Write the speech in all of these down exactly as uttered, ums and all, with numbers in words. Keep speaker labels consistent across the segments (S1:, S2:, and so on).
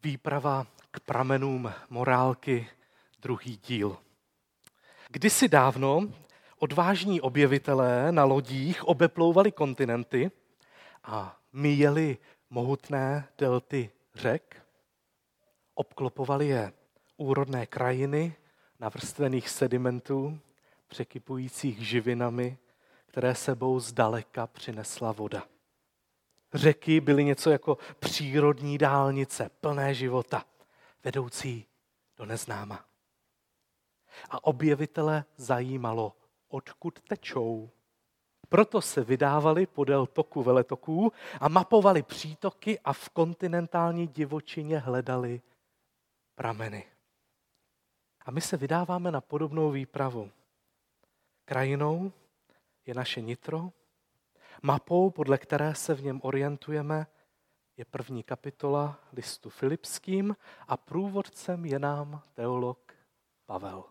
S1: Výprava k pramenům morálky, druhý díl. Kdysi dávno odvážní objevitelé na lodích obeplouvali kontinenty a míjeli mohutné delty řek, obklopovali je úrodné krajiny navrstvených sedimentů, překypujících živinami, které sebou zdaleka přinesla voda. Řeky byly něco jako přírodní dálnice, plné života, vedoucí do neznáma. A objevitele zajímalo, odkud tečou. Proto se vydávali podél toku veletoků a mapovali přítoky a v kontinentální divočině hledali prameny. A my se vydáváme na podobnou výpravu. Krajinou je naše nitro, mapou, podle které se v něm orientujeme, je první kapitola listu Filipským a průvodcem je nám teolog Pavel.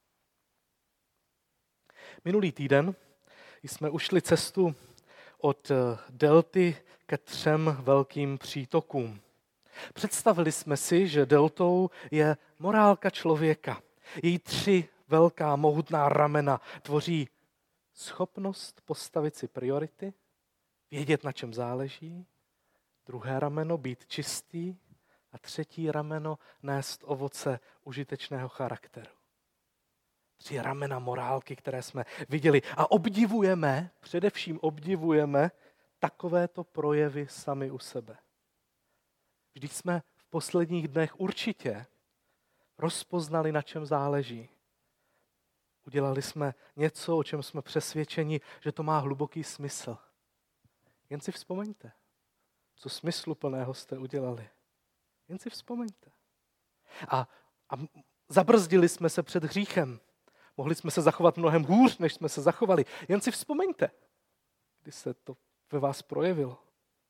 S1: Minulý týden jsme ušli cestu od delty ke třem velkým přítokům. Představili jsme si, že deltou je morálka člověka. Její tři velká mohutná ramena tvoří schopnost postavit si priority, vědět, na čem záleží, druhé rameno být čistý a třetí rameno nést ovoce užitečného charakteru. Tři ramena morálky, které jsme viděli a obdivujeme, především obdivujeme takovéto projevy sami u sebe. Vždyť jsme v posledních dnech určitě rozpoznali, na čem záleží. Udělali jsme něco, o čem jsme přesvědčeni, že to má hluboký smysl. Jen si vzpomeňte, co smysluplného jste udělali. Jen si vzpomeňte. A, a zabrzdili jsme se před hříchem. Mohli jsme se zachovat mnohem hůř, než jsme se zachovali. Jen si vzpomeňte, kdy se to ve vás projevilo.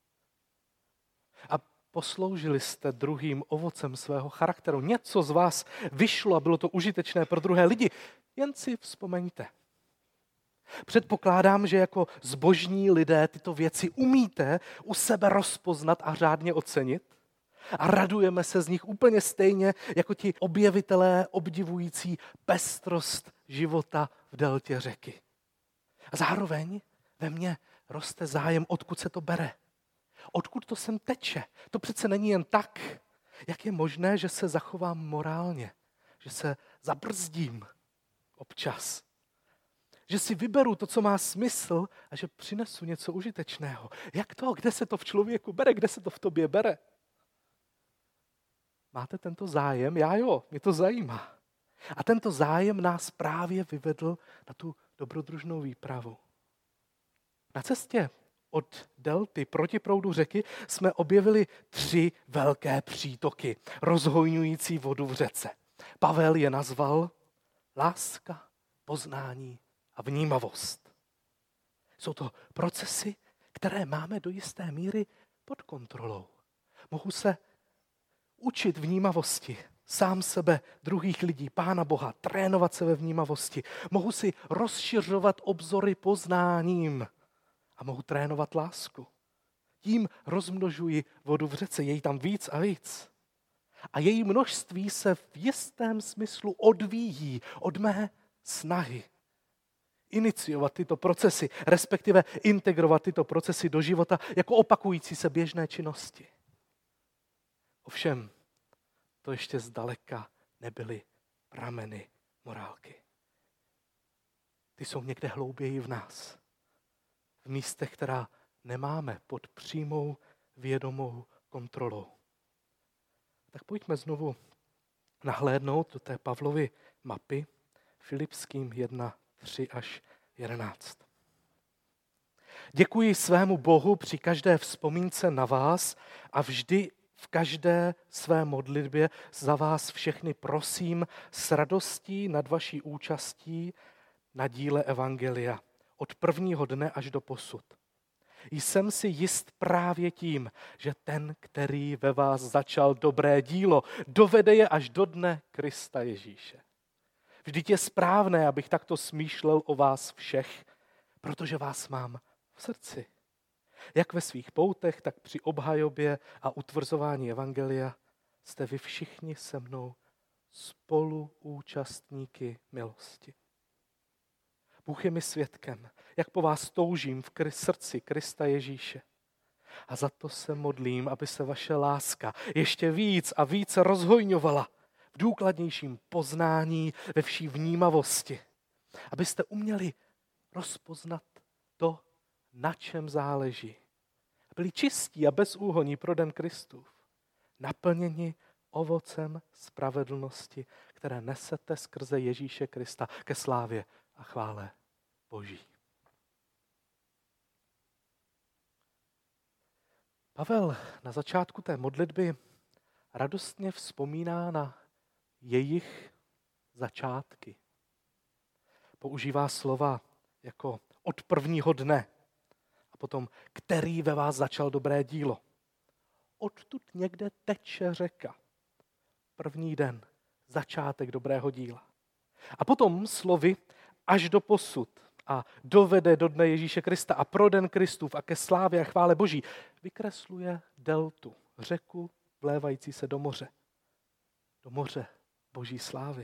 S1: A posloužili jste druhým ovocem svého charakteru. Něco z vás vyšlo a bylo to užitečné pro druhé lidi. Jen si vzpomeňte. Předpokládám, že jako zbožní lidé tyto věci umíte u sebe rozpoznat a řádně ocenit. A radujeme se z nich úplně stejně jako ti objevitelé obdivující pestrost života v deltě řeky. A zároveň ve mně roste zájem, odkud se to bere. Odkud to sem teče. To přece není jen tak. Jak je možné, že se zachovám morálně? Že se zabrzdím občas? Že si vyberu to, co má smysl a že přinesu něco užitečného. Jak to? Kde se to v člověku bere? Kde se to v tobě bere? Máte tento zájem? Já jo, mě to zajímá. A tento zájem nás právě vyvedl na tu dobrodružnou výpravu. Na cestě od delty proti proudu řeky jsme objevili tři velké přítoky, rozhojňující vodu v řece. Pavel je nazval láska, poznání a vnímavost. Jsou to procesy, které máme do jisté míry pod kontrolou. Mohu se učit vnímavosti, sám sebe, druhých lidí, Pána Boha, trénovat se ve vnímavosti. Mohu si rozšiřovat obzory poznáním a mohu trénovat lásku. Tím rozmnožuji vodu v řece, je jí tam víc a víc. A její množství se v jistém smyslu odvíjí od mé snahy iniciovat tyto procesy, respektive integrovat tyto procesy do života jako opakující se běžné činnosti. Ovšem, to ještě zdaleka nebyly prameny morálky. Ty jsou někde hlouběji v nás. V místech, která nemáme pod přímou vědomou kontrolou. Tak pojďme znovu nahlédnout do té Pavlovy mapy Filipským jedna, tři až jedenáct. Děkuji svému Bohu při každé vzpomínce na vás a vždy v každé své modlitbě za vás všechny prosím s radostí nad vaší účastí na díle evangelia od prvního dne až do posud. Jsem si jist právě tím, že ten, který ve vás začal dobré dílo, dovede je až do dne Krista Ježíše. Vždyť je správné, abych takto smýšlel o vás všech, protože vás mám v srdci. Jak ve svých poutech, tak při obhajobě a utvrzování evangelia, jste vy všichni se mnou spoluúčastníky milosti. Bůh je mi svědkem, jak po vás toužím v kry- srdci Krista Ježíše. A za to se modlím, aby se vaše láska ještě víc a víc rozhojňovala v důkladnějším poznání, ve vší vnímavosti. Abyste uměli rozpoznat to, na čem záleží. Byli čistí a bezúhonní pro den Kristův. Naplněni ovocem spravedlnosti, které nesete skrze Ježíše Krista ke slávě a chvále Boží. Pavel na začátku té modlitby radostně vzpomíná na jejich začátky. Používá slova jako od prvního dne a potom který ve vás začal dobré dílo. Odtud někde teče řeka. První den, začátek dobrého díla. A potom slovy až do posud a dovede do dne Ježíše Krista a pro den Kristův a ke slávě a chvále Boží vykresluje deltu, řeku vlévající se do moře. Do moře Boží slávy.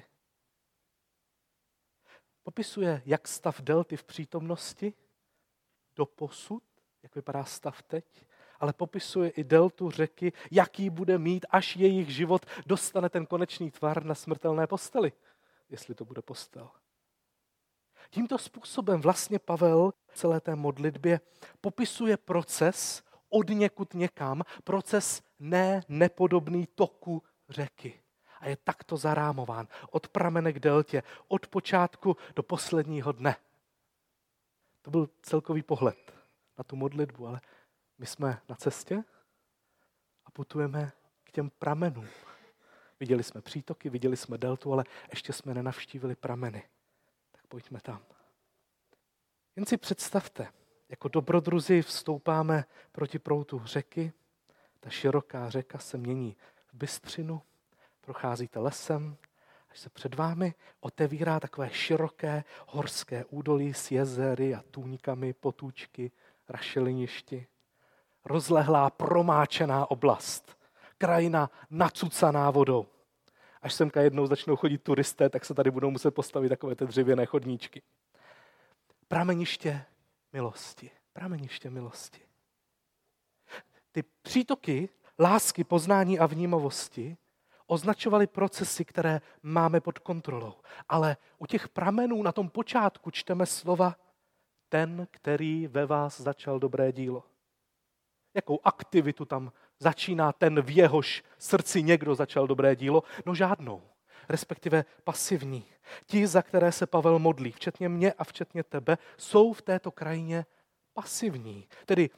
S1: Popisuje jak stav delty v přítomnosti do posud, jak vypadá stav teď, ale popisuje i deltu řeky, jaký bude mít, až jejich život dostane ten konečný tvar na smrtelné posteli, jestli to bude postel. Tímto způsobem vlastně Pavel v celé té modlitbě popisuje proces od někud někam, proces ne nepodobný toku řeky. A je takto zarámován od pramene k deltě, od počátku do posledního dne. To byl celkový pohled na tu modlitbu, ale my jsme na cestě a putujeme k těm pramenům. Viděli jsme přítoky, viděli jsme deltu, ale ještě jsme nenavštívili prameny. Tak pojďme tam. Jen si představte, jako dobrodruzi vstoupáme proti proudu řeky, ta široká řeka se mění v bystřinu, procházíte lesem, až se před vámi otevírá takové široké horské údolí s jezery a tůňkami, potůčky, rašeliništi. Rozlehlá, promáčená oblast, krajina nacucaná vodou. Až semka jednou začnou chodit turisté, tak se tady budou muset postavit takové ty dřevěné chodníčky. Prameniště milosti. Prameniště milosti. Ty přítoky lásky, poznání a vnímavosti označovaly procesy, které máme pod kontrolou. Ale u těch pramenů na tom počátku čteme slova ten, který ve vás začal dobré dílo. Jakou aktivitu tam začíná ten, v jehož srdci někdo začal dobré dílo? No žádnou, respektive pasivní. Ti, za které se Pavel modlí, včetně mě a včetně tebe, jsou v této krajině pasivní. Tedy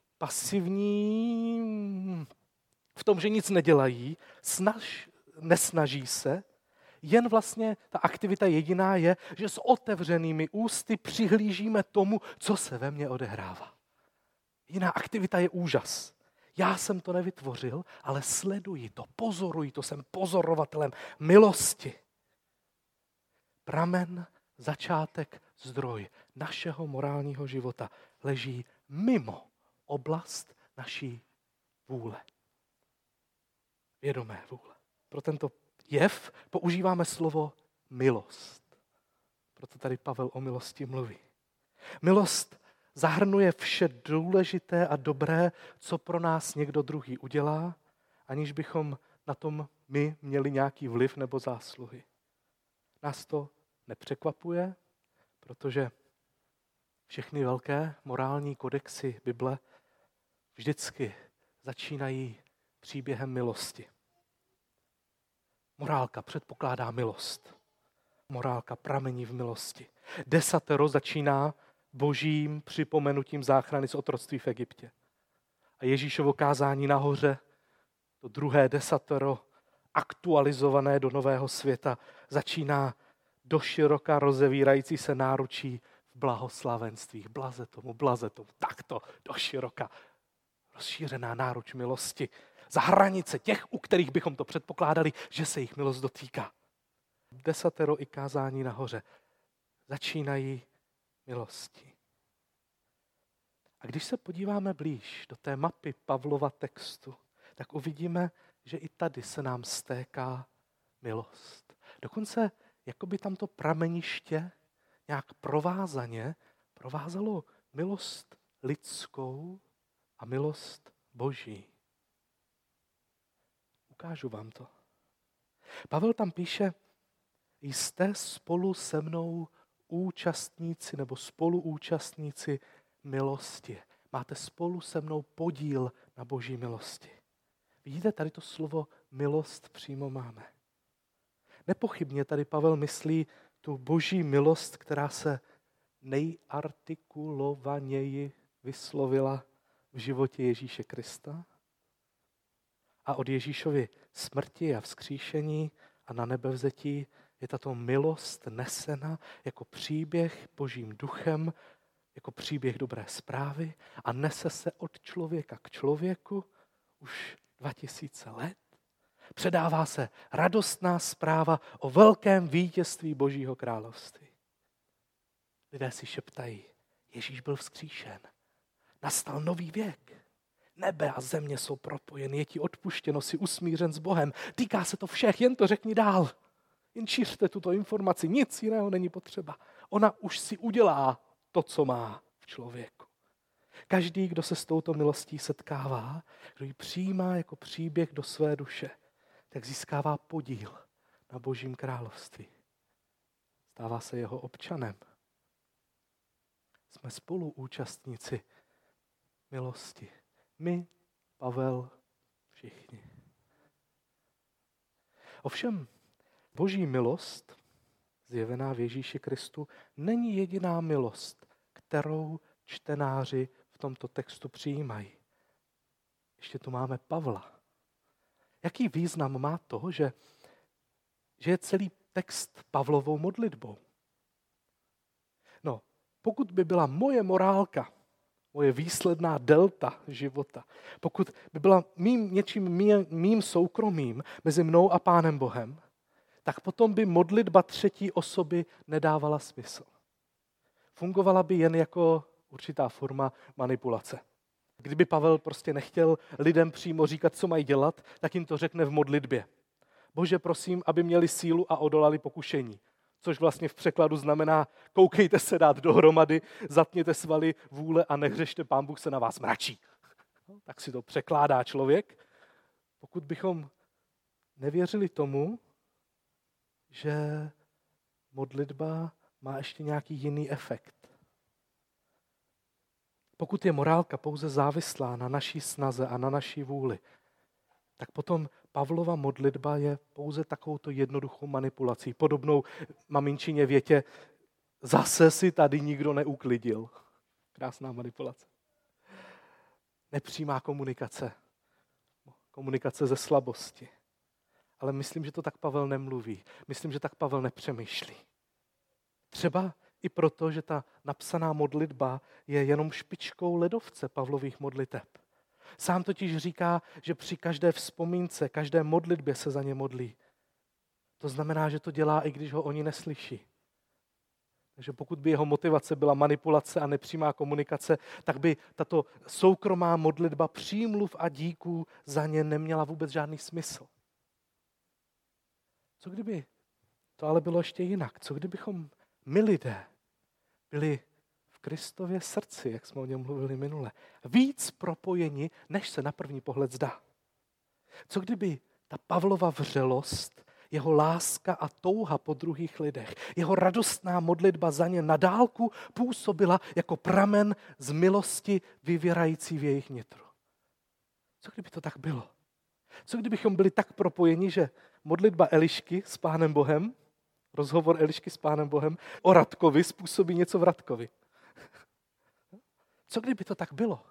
S1: pasivní v tom, že nic nedělají, snaž, nesnaží se, jen vlastně ta aktivita jediná je, že s otevřenými ústy přihlížíme tomu, co se ve mně odehrává. Jiná aktivita je úžas. Já jsem to nevytvořil, ale sleduji to, pozoruji to, jsem pozorovatelem milosti. Pramen, začátek, zdroj našeho morálního života leží mimo oblast naší vůle. Vědomé vůle. Pro tento jev používáme slovo milost. Proto tady Pavel o milosti mluví. Milost zahrnuje vše důležité a dobré, co pro nás někdo druhý udělá, aniž bychom na tom my měli nějaký vliv nebo zásluhy. Nás to nepřekvapuje, protože všechny velké morální kodexy Bible vždycky začínají příběhem milosti. Morálka předpokládá milost. Morálka pramení v milosti. Desatero začíná božím připomenutím záchrany z otroctví v Egyptě. A Ježíšovo kázání nahoře, to druhé desatero, aktualizované do nového světa, začíná doširoka rozevírající se náručí v blahoslavenstvích. Blaze tomu, blaze tomu, takto doširoka rozšířená náruč milosti. Za hranice těch, u kterých bychom to předpokládali, že se jich milost dotýká. Desatero i kázání nahoře začínají milostí. A když se podíváme blíž do té mapy Pavlova textu, tak uvidíme, že i tady se nám stéká milost. Dokonce jako by tam to prameniště nějak provázaně provázalo milost lidskou a milost Boží. Ukážu vám to. Pavel tam píše, jste spolu se mnou účastníci nebo spoluúčastníci milosti. Máte spolu se mnou podíl na Boží milosti. Vidíte, tady to slovo milost přímo máme. Nepochybně tady Pavel myslí tu Boží milost, která se nejartikulovaněji vyslovila v životě Ježíše Krista. A od Ježíšovy smrti a vzkříšení a na nebevzetí je tato milost nesena jako příběh Božím duchem, jako příběh dobré zprávy a nese se od člověka k člověku už dva tisíce let. Předává se radostná zpráva o velkém vítězství Božího království. Lidé si šeptají, Ježíš byl vzkříšen, nastal nový věk. Nebe a země jsou propojeny, je ti odpuštěno, jsi usmířen s Bohem. Týká se to všech, jen to řekni dál. Jen šířte tuto informaci, nic jiného není potřeba. Ona už si udělá to, co má v člověku. Každý, kdo se s touto milostí setkává, kdo ji přijímá jako příběh do své duše, tak získává podíl na Božím království. Stává se jeho občanem. Jsme spoluúčastníci milosti. My, Pavel, všichni. Ovšem, Boží milost, zjevená v Ježíši Kristu, není jediná milost, kterou čtenáři v tomto textu přijímají. Ještě tu máme Pavla. Jaký význam má to, že, že je celý text Pavlovou modlitbou? No, pokud by byla moje morálka, moje výsledná delta života, pokud by byla mým, něčím mým, mým soukromým mezi mnou a Pánem Bohem, tak potom by modlitba třetí osoby nedávala smysl. Fungovala by jen jako určitá forma manipulace. Kdyby Pavel prostě nechtěl lidem přímo říkat, co mají dělat, tak jim to řekne v modlitbě. Bože, prosím, aby měli sílu a odolali pokušení. Což vlastně v překladu znamená, koukejte se dát dohromady, zatněte svaly vůle a nehřešte, Pán Bůh se na vás mračí. No, tak si to překládá člověk. Pokud bychom nevěřili tomu, že modlitba má ještě nějaký jiný efekt. Pokud je morálka pouze závislá na naší snaze a na naší vůli, tak potom Pavlova modlitba je pouze takovouto jednoduchou manipulací, podobnou maminčině větě, zase si tady nikdo neuklidil. Krásná manipulace. Nepřímá komunikace. Komunikace ze slabosti. Ale myslím, že to tak Pavel nemluví. Myslím, že tak Pavel nepřemýšlí. Třeba i proto, že ta napsaná modlitba je jenom špičkou ledovce Pavlových modliteb. Sám totiž říká, že při každé vzpomínce, každé modlitbě se za ně modlí. To znamená, že to dělá, i když ho oni neslyší. Takže pokud by jeho motivace byla manipulace a nepřímá komunikace, tak by tato soukromá modlitba přímluv a díků za ně neměla vůbec žádný smysl. Co kdyby to ale bylo ještě jinak? Co kdybychom my lidé byli v Kristově srdci, jak jsme o něm mluvili minule, víc propojeni, než se na první pohled zdá? Co kdyby ta Pavlova vřelost, jeho láska a touha po druhých lidech, jeho radostná modlitba za ně na dálku působila jako pramen z milosti vyvěrající v jejich nitru? Co kdyby to tak bylo? Co kdybychom byli tak propojeni, že modlitba Elišky s Pánem Bohem, rozhovor Elišky s Pánem Bohem o Radkovi způsobí něco v Radkovi? Co kdyby to tak bylo?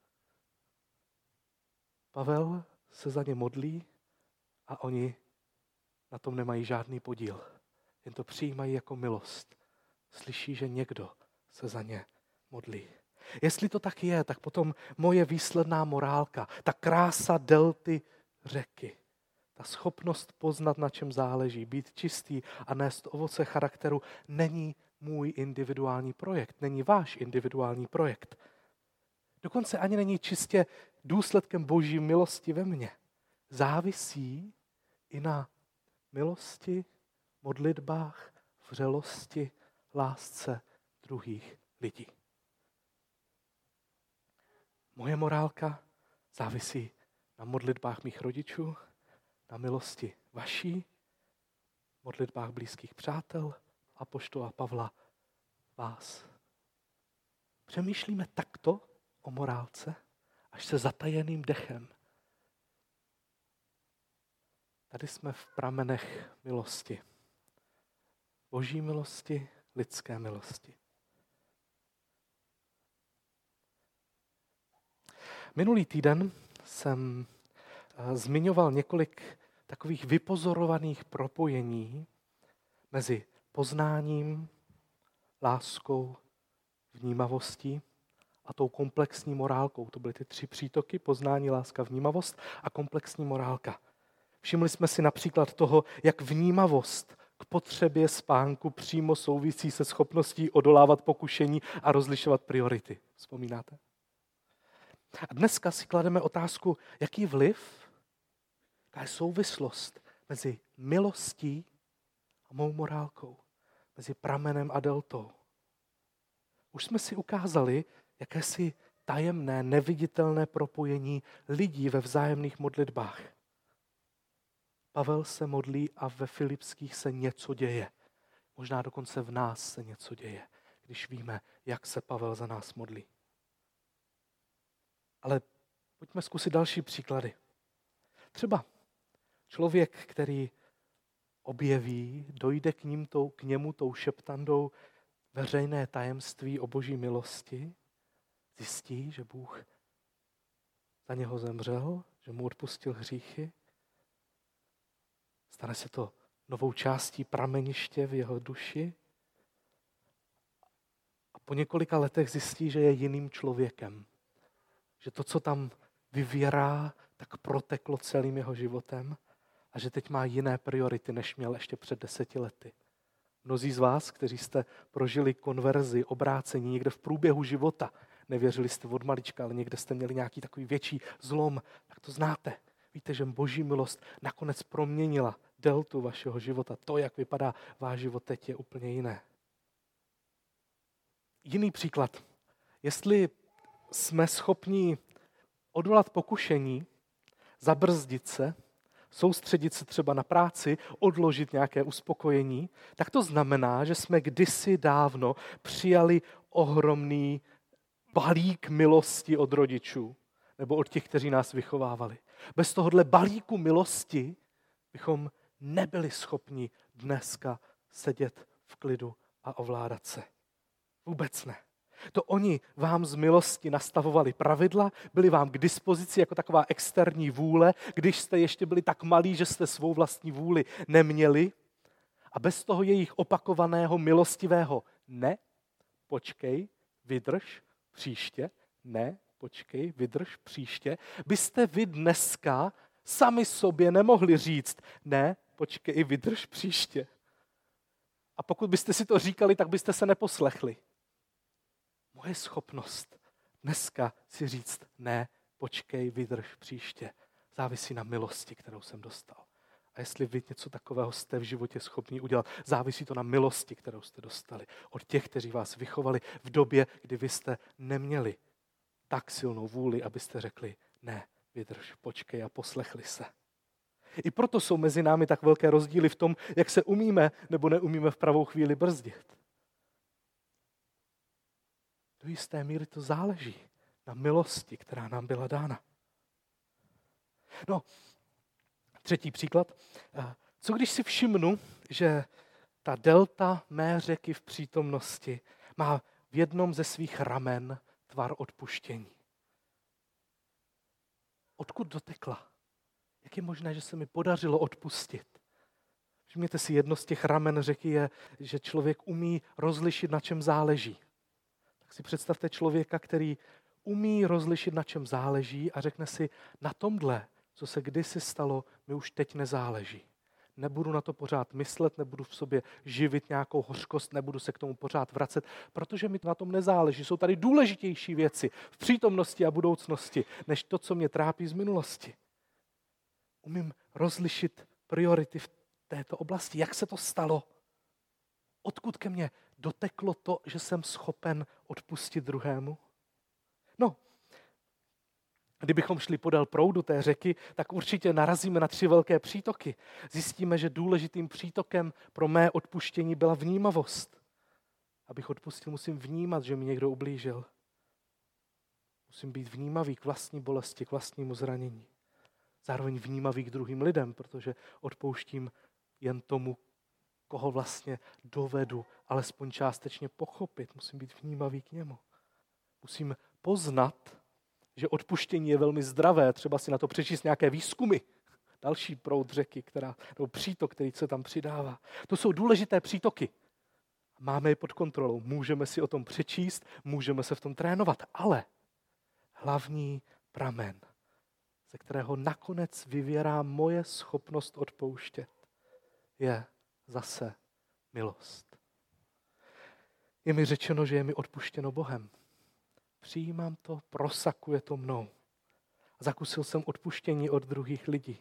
S1: Pavel se za ně modlí a oni na tom nemají žádný podíl. Jen to přijímají jako milost. Slyší, že někdo se za ně modlí. Jestli to tak je, tak potom moje výsledná morálka, ta krása delty řeky, ta schopnost poznat, na čem záleží, být čistý a nést ovoce charakteru, není můj individuální projekt, není váš individuální projekt. Dokonce ani není čistě důsledkem Boží milosti ve mně. závisí i na milosti, modlitbách, vřelosti, lásce druhých lidí. Moje morálka závisí na modlitbách mých rodičů, na milosti vaší, modlitbách blízkých přátel, apoštola Pavla, vás. Přemýšlíme takto o morálce, až se zatajeným dechem. Tady jsme v pramenech milosti. Boží milosti, lidské milosti. Minulý týden jsem zmiňoval několik takových vypozorovaných propojení mezi poznáním, láskou, vnímavostí a tou komplexní morálkou. To byly ty tři přítoky, poznání, láska, vnímavost a komplexní morálka. Všimli jsme si například toho, jak vnímavost k potřebě spánku přímo souvisí se schopností odolávat pokušení a rozlišovat priority. Vzpomínáte? A dneska si klademe otázku, jaký vliv, jaká je souvislost mezi milostí a mou morálkou, mezi pramenem a deltou. Už jsme si ukázali jakési tajemné, neviditelné propojení lidí ve vzájemných modlitbách. Pavel se modlí a ve Filipských se něco děje. Možná dokonce v nás se něco děje, když víme, jak se Pavel za nás modlí. Ale pojďme zkusit další příklady. Třeba člověk, který objeví, dojde k, ním tou, k němu tou šeptandou veřejné tajemství o Boží milosti, zjistí, že Bůh za něho zemřel, že mu odpustil hříchy. Stane se to novou částí prameniště v jeho duši. A po několika letech zjistí, že je jiným člověkem. Že to, co tam vyvěrá, tak proteklo celým jeho životem a že teď má jiné priority, než měl ještě před deseti lety. Mnozí z vás, kteří jste prožili konverzi, obrácení někde v průběhu života, nevěřili jste od malička, ale někde jste měli nějaký takový větší zlom, tak to znáte. Víte, že Boží milost nakonec proměnila deltu vašeho života. To, jak vypadá váš život teď, je úplně jiné. Jiný příklad. Jestli jsme schopni odolat pokušení, zabrzdit se, soustředit se třeba na práci, odložit nějaké uspokojení, tak to znamená, že jsme kdysi dávno přijali ohromný balík milosti od rodičů nebo od těch, kteří nás vychovávali. Bez tohohle balíku milosti bychom nebyli schopni dneska sedět v klidu a ovládat se. Vůbec ne. To oni vám z milosti nastavovali pravidla, byli vám k dispozici jako taková externí vůle, když jste ještě byli tak malí, že jste svou vlastní vůli neměli. A bez toho jejich opakovaného milostivého ne, počkej, vydrž, příště, ne, počkej, vydrž, příště, byste vy dneska sami sobě nemohli říct ne, počkej, vydrž, příště. A pokud byste si to říkali, tak byste se neposlechli. Moje schopnost dneska si říct ne, počkej, vydrž příště, závisí na milosti, kterou jsem dostal. A jestli vy něco takového jste v životě schopni udělat, závisí to na milosti, kterou jste dostali od těch, kteří vás vychovali v době, kdy vy jste neměli tak silnou vůli, abyste řekli ne, vydrž, počkej a poslechli se. I proto jsou mezi námi tak velké rozdíly v tom, jak se umíme nebo neumíme v pravou chvíli brzdit. Do jisté míry to záleží na milosti, která nám byla dána. No, třetí příklad. Co když si všimnu, že ta delta mé řeky v přítomnosti má v jednom ze svých ramen tvar odpuštění? Odkud dotekla? Jak je možné, že se mi podařilo odpustit? Všimněte si, jedno z těch ramen řeky je, že člověk umí rozlišit, na čem záleží. Tak si představte člověka, který umí rozlišit, na čem záleží a řekne si, na tomhle, co se kdysi stalo, mi už teď nezáleží. Nebudu na to pořád myslet, nebudu v sobě živit nějakou hořkost, nebudu se k tomu pořád vracet, protože mi na tom nezáleží. Jsou tady důležitější věci v přítomnosti a budoucnosti, než to, co mě trápí z minulosti. Umím rozlišit priority v této oblasti. Jak se to stalo? Odkud ke mně doteklo to, že jsem schopen odpustit druhému? No, kdybychom šli podél proudu té řeky, tak určitě narazíme na tři velké přítoky. Zjistíme, že důležitým přítokem pro mé odpuštění byla vnímavost. Abych odpustil, musím vnímat, že mi někdo ublížil. Musím být vnímavý k vlastní bolesti, k vlastnímu zranění. Zároveň vnímavý k druhým lidem, protože odpouštím jen tomu, koho vlastně dovedu alespoň částečně pochopit. Musím být vnímavý k němu. Musím poznat, že odpuštění je velmi zdravé, třeba si na to přečíst nějaké výzkumy. Další proud řeky, která, nebo přítok, který se tam přidává. To jsou důležité přítoky. Máme je pod kontrolou. Můžeme si o tom přečíst, můžeme se v tom trénovat, ale hlavní pramen, ze kterého nakonec vyvěrá moje schopnost odpouštět, je zase milost. Je mi řečeno, že je mi odpuštěno Bohem. Přijímám to, prosakuje to mnou. Zakusil jsem odpuštění od druhých lidí.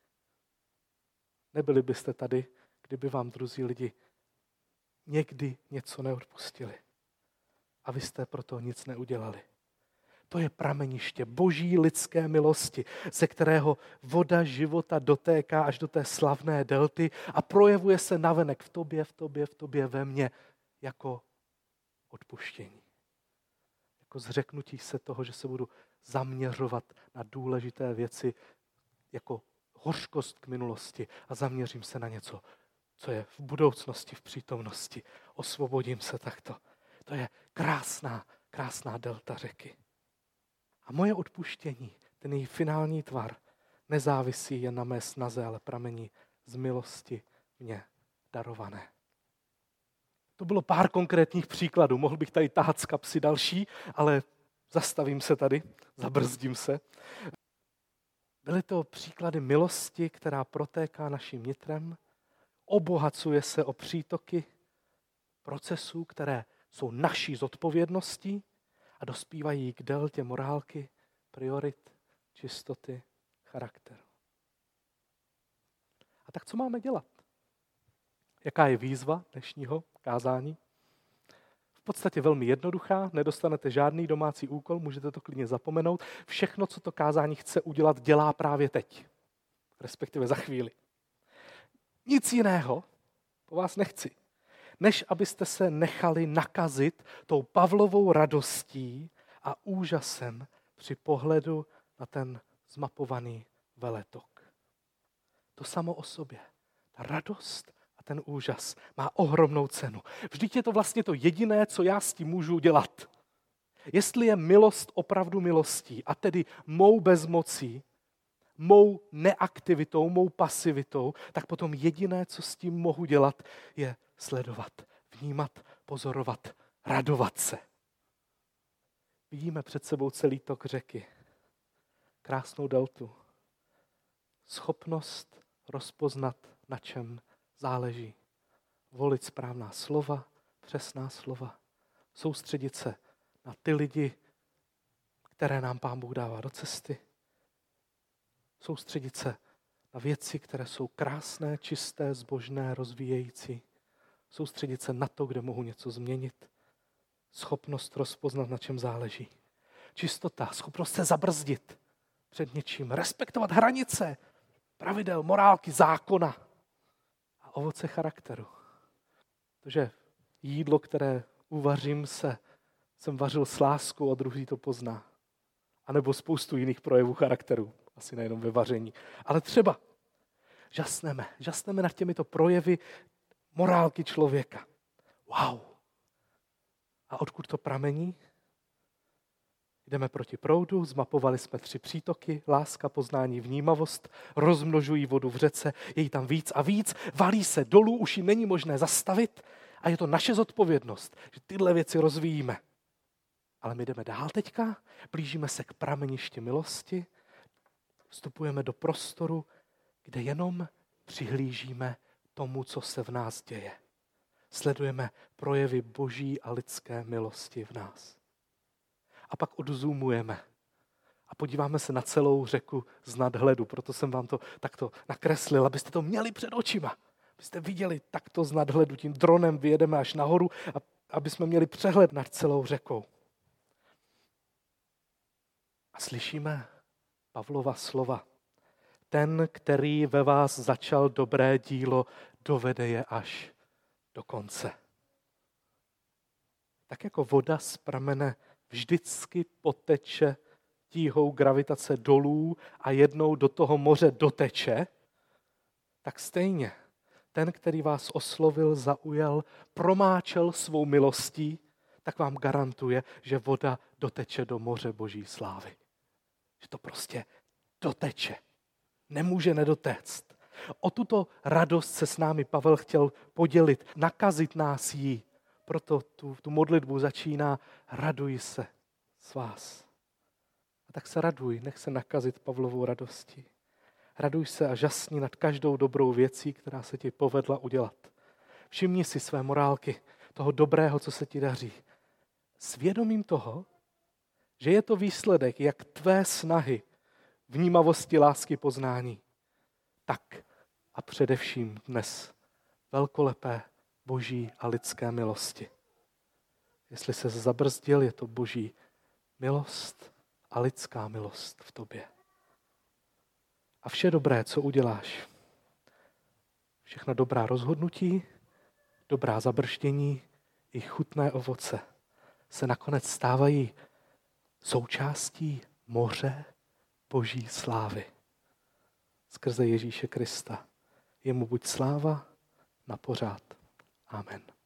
S1: Nebyli byste tady, kdyby vám druzí lidi někdy něco neodpustili. A vy jste proto nic neudělali. To je prameniště boží lidské milosti, ze kterého voda života dotéká až do té slavné delty a projevuje se navenek v tobě, v tobě, v tobě, ve mně jako odpuštění. Jako zřeknutí se toho, že se budu zaměřovat na důležité věci jako hořkost k minulosti a zaměřím se na něco, co je v budoucnosti, v přítomnosti. Osvobodím se takto. To je krásná, krásná delta řeky. A moje odpuštění, ten její finální tvar, nezávisí jen na mé snaze, ale pramení z milosti mě darované. To bylo pár konkrétních příkladů. Mohl bych tady tahat z kapsy další, ale zastavím se tady, zabrzdím se. Byly to příklady milosti, která protéká naším nitrem, obohacuje se o přítoky procesů, které jsou naší zodpovědností a dospívají k deltě morálky, priorit, čistoty, charakteru. A tak co máme dělat? Jaká je výzva dnešního kázání? V podstatě velmi jednoduchá, nedostanete žádný domácí úkol, můžete to klidně zapomenout. Všechno, co to kázání chce udělat, dělá právě teď, respektive za chvíli. Nic jiného po vás nechci, než abyste se nechali nakazit tou Pavlovou radostí a úžasem při pohledu na ten zmapovaný veletok. To samo o sobě, ta radost a ten úžas má ohromnou cenu. Vždyť je to vlastně to jediné, co já s tím můžu dělat. Jestli je milost opravdu milostí, a tedy mou bezmocí, mou neaktivitou, mou pasivitou, tak potom jediné, co s tím mohu dělat, je sledovat, vnímat, pozorovat, radovat se. Vidíme před sebou celý tok řeky. Krásnou deltu. Schopnost rozpoznat, na čem záleží. Volit správná slova, přesná slova. Soustředit se na ty lidi, které nám Pán Bůh dává do cesty. Soustředit se na věci, které jsou krásné, čisté, zbožné, rozvíjející. Soustředit se na to, kde mohu něco změnit. Schopnost rozpoznat, na čem záleží. Čistota, schopnost se zabrzdit před něčím. Respektovat hranice, pravidel, morálky, zákona. A ovoce charakteru. Protože jídlo, které uvařím se, jsem vařil s láskou a druhý to pozná. A nebo spoustu jiných projevů charakteru. Asi nejenom ve vaření. Ale třeba žasneme. Žasneme nad těmito projevy morálky člověka. Wow. A odkud to pramení? Jdeme proti proudu, zmapovali jsme tři přítoky, láska, poznání, vnímavost, rozmnožují vodu v řece, je jí tam víc a víc, valí se dolů, už ji není možné zastavit a je to naše zodpovědnost, že tyhle věci rozvíjíme. Ale my jdeme dál teďka, blížíme se k prameništi milosti, vstupujeme do prostoru, kde jenom přihlížíme tomu, co se v nás děje. Sledujeme projevy boží a lidské milosti v nás. A pak odzoomujeme A podíváme se na celou řeku z nadhledu. Proto jsem vám to takto nakreslil, abyste to měli před očima. Abyste viděli takto z nadhledu. Tím dronem vyjedeme až nahoru, a aby jsme měli přehled nad celou řekou. A slyšíme Pavlova slova. Ten, který ve vás začal dobré dílo, dovede je až do konce. Tak jako voda z pramene vždycky poteče tíhou gravitace dolů a jednou do toho moře doteče, tak stejně ten, který vás oslovil, zaujal, promáčel svou milostí, tak vám garantuje, že voda doteče do moře Boží slávy. Že to prostě doteče. Nemůže nedotéct. O tuto radost se s námi Pavel chtěl podělit, nakazit nás jí. Proto tu, tu modlitbu začíná: raduj se z vás. A tak se raduj, nech se nakazit Pavlovou radostí. Raduj se a žasni nad každou dobrou věcí, která se ti povedla udělat. Všimni si své morálky, toho dobrého, co se ti daří. S vědomím toho, že je to výsledek jak tvé snahy, vnímavosti, lásky, poznání, tak a především dnes velkolepé boží a lidské milosti. Jestli se zabrzdil, je to boží milost a lidská milost v tobě. A vše dobré, co uděláš, všechna dobrá rozhodnutí, dobrá zabrždění i chutné ovoce se nakonec stávají součástí moře boží slávy. Skrze Ježíše Krista. Jemu buď sláva na pořád. Amen.